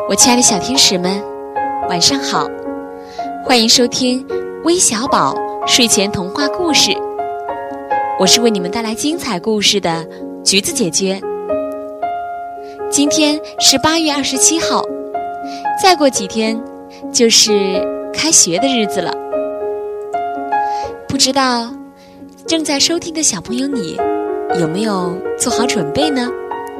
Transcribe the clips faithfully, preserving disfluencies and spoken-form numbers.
我亲爱的小天使们，晚上好，欢迎收听微小宝睡前童话故事，我是为你们带来精彩故事的橘子姐姐。今天是八月二十七号，再过几天就是开学的日子了。不知道正在收听的小朋友你有没有做好准备呢？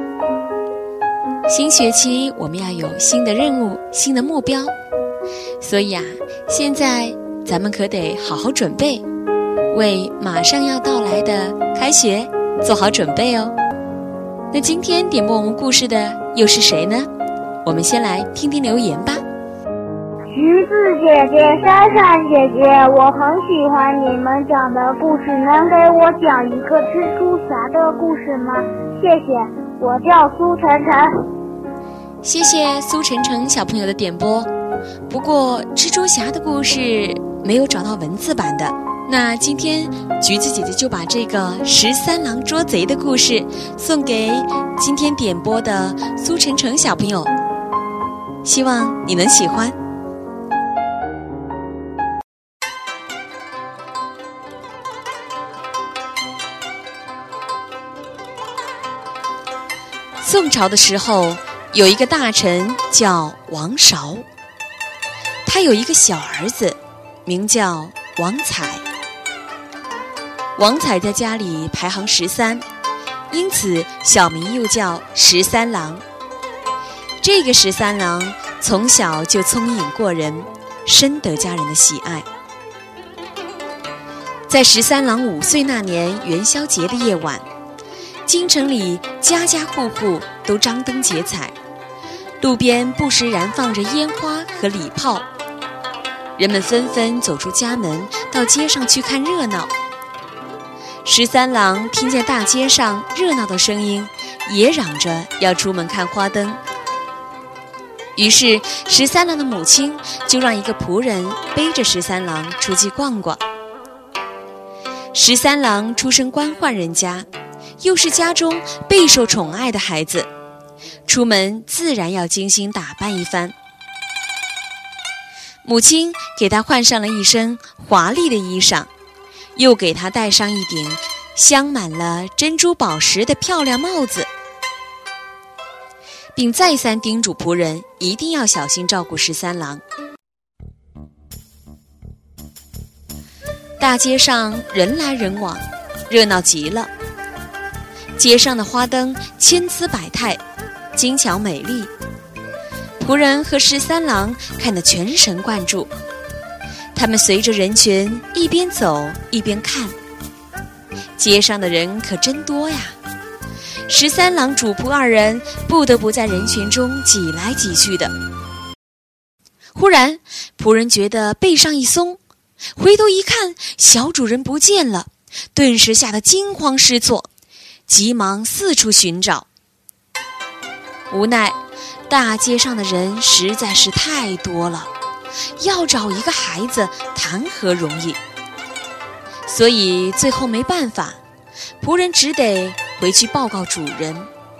新学期我们要有新的任务、新的目标，所以啊，现在咱们可得好好准备，为马上要到来的开学做好准备哦。那今天点播我们故事的又是谁呢？我们先来听听留言吧。 橘子姐姐、珊珊姐姐，我很喜欢你们讲的故事，能给我讲一个蜘蛛侠的故事吗？谢谢，我叫苏晨晨。 谢谢苏晨晨小朋友的点播。不过蜘蛛侠的故事没有找到文字版的，那今天橘子姐姐就把这个十三郎捉贼的故事送给今天点播的苏晨晨小朋友，希望你能喜欢。宋朝的时候，有一个大臣叫王韶，他有一个小儿子，名叫王彩。王彩在家里排行十三，因此小名又叫十三郎。这个十三郎从小就聪颖过人，深得家人的喜爱。在十三郎五岁那年元宵节的夜晚，京城里家家户户都张灯结彩，路边不时燃放着烟花和礼炮，人们纷纷走出家门，到街上去看热闹。十三郎听见大街上热闹的声音，也嚷着要出门看花灯。于是十三郎的母亲就让一个仆人背着十三郎出去逛逛。十三郎出身官宦人家，又是家中备受宠爱的孩子，出门自然要精心打扮一番。母亲给他换上了一身华丽的衣裳，又给他戴上一顶镶满了珍珠宝石的漂亮帽子，并再三叮嘱仆人一定要小心照顾十三郎。大街上人来人往，热闹极了。街上的花灯千姿百态，精巧美丽，仆人和十三郎看得全神贯注。他们随着人群一边走一边看，街上的人可真多呀。十三郎主仆二人不得不在人群中挤来挤去的。忽然仆人觉得背上一松，回头一看，小主人不见了，顿时吓得惊慌失措，急忙四处寻找。无奈大街上的人实在是太多了，要找一个孩子谈何容易，所以最后没办法，仆人只得回去报告主人。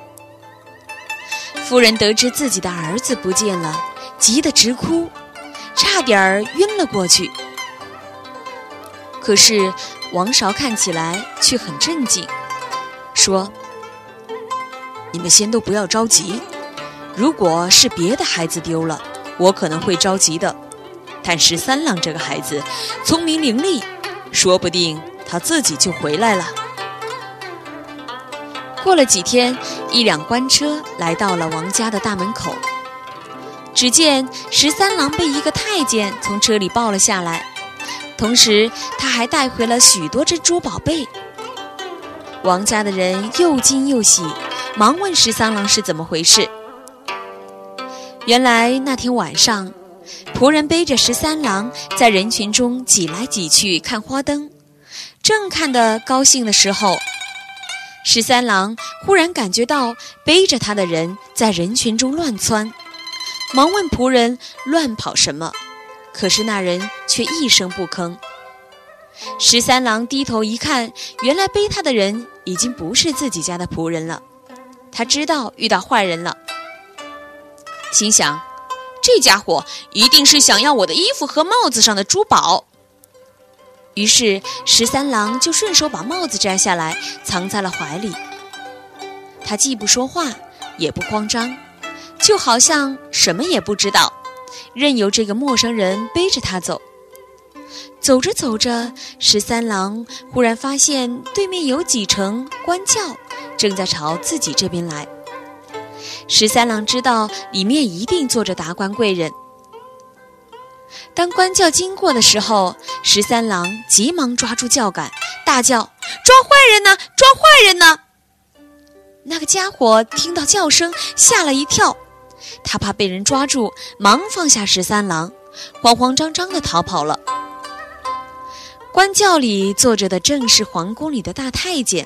夫人得知自己的儿子不见了，急得直哭，差点晕了过去。可是王韶看起来却很镇静，说：你们先都不要着急，如果是别的孩子丢了，我可能会着急的，但十三郎这个孩子聪明伶俐，说不定他自己就回来了。过了几天，一辆官车来到了王家的大门口，只见十三郎被一个太监从车里抱了下来，同时他还带回了许多珍珠宝贝。王家的人又惊又喜，忙问十三郎是怎么回事。原来那天晚上，仆人背着十三郎在人群中挤来挤去看花灯，正看得高兴的时候，十三郎忽然感觉到背着他的人在人群中乱窜，忙问仆人乱跑什么，可是那人却一声不吭。十三郎低头一看，原来背他的人已经不是自己家的仆人了，他知道遇到坏人了，心想这家伙一定是想要我的衣服和帽子上的珠宝。于是十三郎就顺手把帽子摘下来，藏在了怀里。他既不说话，也不慌张，就好像什么也不知道，任由这个陌生人背着他走。走着走着，十三郎忽然发现对面有几乘官轿正在朝自己这边来。十三郎知道里面一定坐着达官贵人。当官轿经过的时候，十三郎急忙抓住轿杆，大叫：抓坏人呢！抓坏人呢！那个家伙听到叫声吓了一跳，他怕被人抓住，忙放下十三郎，慌慌张张地逃跑了。官轿里坐着的正是皇宫里的大太监。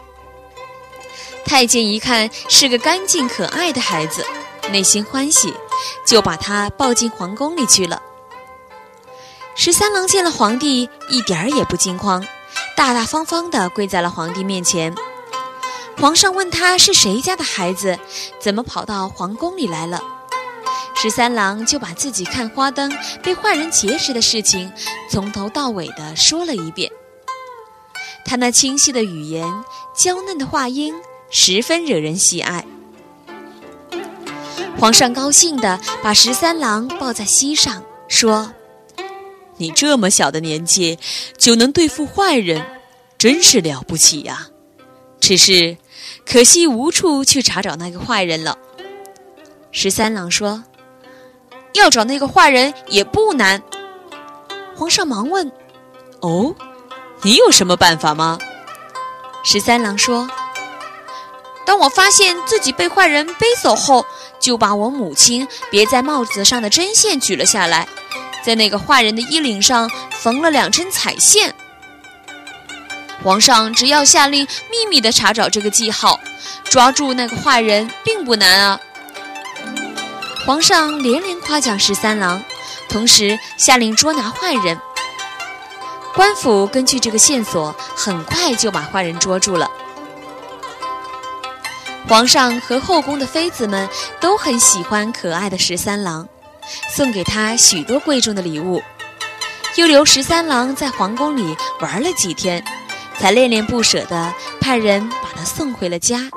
太监一看是个干净可爱的孩子，内心欢喜，就把他抱进皇宫里去了。十三郎见了皇帝，一点儿也不惊慌，大大方方地跪在了皇帝面前。皇上问他是谁家的孩子，怎么跑到皇宫里来了。十三郎就把自己看花灯被坏人劫持的事情从头到尾地说了一遍。他那清晰的语言，娇嫩的话音，十分惹人喜爱。皇上高兴地把十三郎抱在膝上，说：你这么小的年纪就能对付坏人，真是了不起呀！只是可惜无处去查找那个坏人了。十三郎说：要找那个坏人也不难。皇上忙问：哦，你有什么办法吗？十三郎说：当我发现自己被坏人背走后，就把我母亲别在帽子上的针线取了下来，在那个坏人的衣领上缝了两针彩线。皇上只要下令秘密地查找这个记号，抓住那个坏人并不难啊。皇上连连夸奖十三郎，同时下令捉拿坏人。官府根据这个线索，很快就把坏人捉住了。皇上和后宫的妃子们都很喜欢可爱的十三郎，送给他许多贵重的礼物，又留十三郎在皇宫里玩了几天，才恋恋不舍地派人把他送回了家。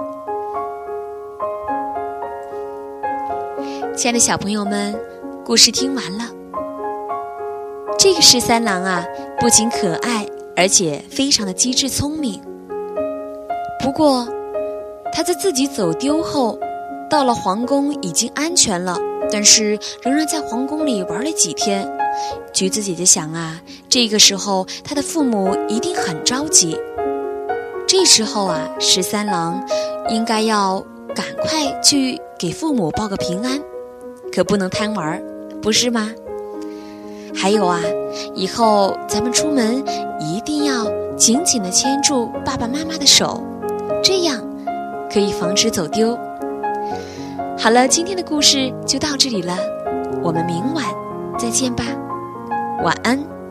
亲爱的小朋友们，故事听完了。这个十三郎啊，不仅可爱，而且非常的机智聪明。不过他在自己走丢后，到了皇宫已经安全了，但是仍然在皇宫里玩了几天。橘子姐姐想啊，这个时候他的父母一定很着急。这时候啊，十三郎应该要赶快去给父母报个平安，可不能贪玩，不是吗？还有啊，以后咱们出门一定要紧紧地牵住爸爸妈妈的手，这样可以防止走丢。好了，今天的故事就到这里了，我们明晚再见吧，晚安。